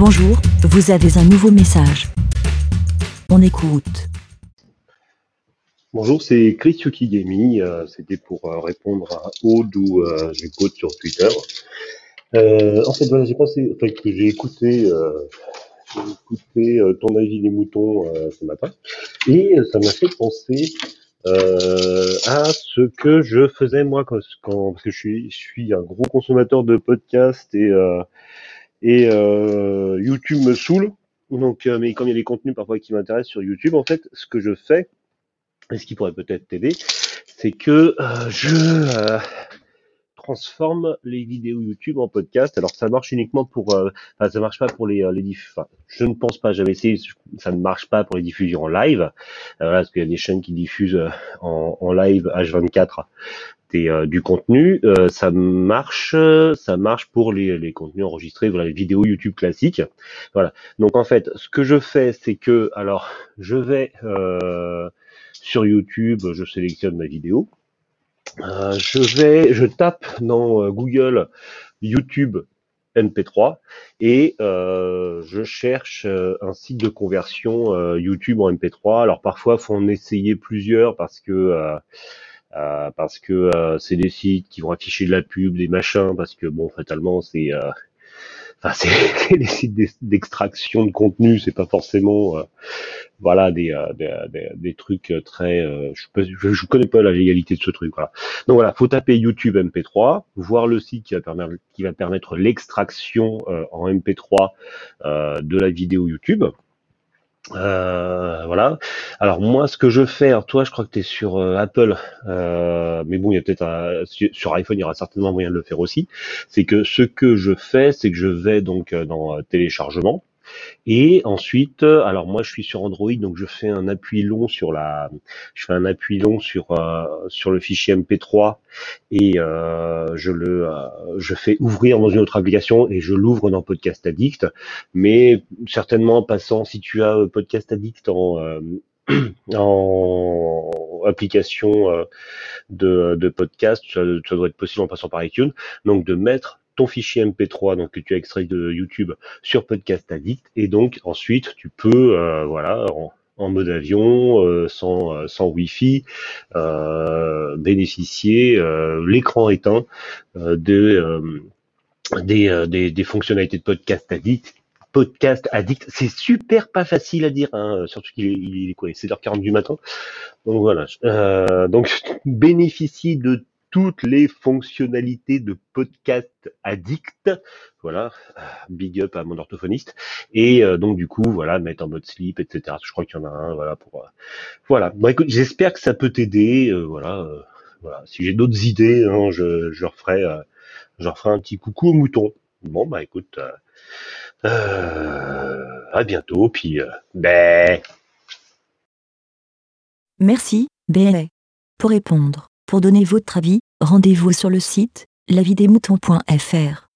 Bonjour, vous avez un nouveau message. On écoute. Bonjour, c'est Chris Yukigami. C'était pour répondre à Aude ou Jucode sur Twitter. En fait, voilà, que j'ai écouté ton avis des moutons ce matin, et ça m'a fait penser à ce que je faisais moi parce que je suis un gros consommateur de podcasts et YouTube me saoule. Donc, mais comme il y a des contenus parfois qui m'intéressent sur YouTube, en fait, ce que je fais et ce qui pourrait peut-être t'aider, c'est que transforme les vidéos YouTube en podcast. Alors ça marche uniquement ça marche pas pour je ne pense pas, j'avais essayé, ça ne marche pas pour les diffusions en live, voilà, parce qu'il y a des chaînes qui diffusent en live H24 du contenu. Ça marche pour les contenus enregistrés, voilà, les vidéos YouTube classiques. Voilà. Donc en fait, ce que je fais, c'est que, alors, je vais sur YouTube, je sélectionne ma vidéo. Je tape dans Google YouTube MP3 et je cherche un site de conversion YouTube en MP3. Alors parfois, faut en essayer plusieurs parce que c'est des sites qui vont afficher de la pub, des machins, parce que bon, fatalement, c'est des sites d'extraction de contenu, c'est pas forcément voilà des trucs très je connais pas la légalité de ce truc, voilà. Donc voilà, faut taper YouTube MP3, voir le site qui va permettre l'extraction en MP3 de la vidéo YouTube. Voilà. Alors moi, ce que je fais, alors toi, je crois que tu es sur Apple, mais bon, il y a peut-être sur iPhone, il y aura certainement moyen de le faire aussi. C'est que ce que je fais, c'est que je vais donc dans téléchargement. Et ensuite, alors moi je suis sur Android, donc je fais un appui long sur le fichier MP3 et je fais ouvrir dans une autre application et je l'ouvre dans Podcast Addict. Mais certainement en passant, si tu as Podcast Addict en application de podcast, ça doit être possible en passant par iTunes, donc de mettre ton fichier MP3 donc que tu as extrait de YouTube sur Podcast Addict, et donc ensuite tu peux voilà en mode avion, sans Wi-Fi, bénéficier l'écran éteint des fonctionnalités de Podcast Addict. C'est super pas facile à dire, hein, surtout qu'il est quoi, 7h40 du matin. Donc voilà. Donc bénéficie de toutes les fonctionnalités de Podcast Addict. Voilà. Big up à mon orthophoniste. Et donc du coup, voilà, mettre en mode sleep, etc. Je crois qu'il y en a un, voilà, voilà. Bon, écoute, j'espère que ça peut t'aider. Voilà. Si j'ai d'autres idées, hein, je referai un petit coucou au mouton. Bon, bah écoute, à bientôt, puis Merci, BLA. Pour répondre, pour donner votre avis, rendez-vous sur le site lavidemouton.fr.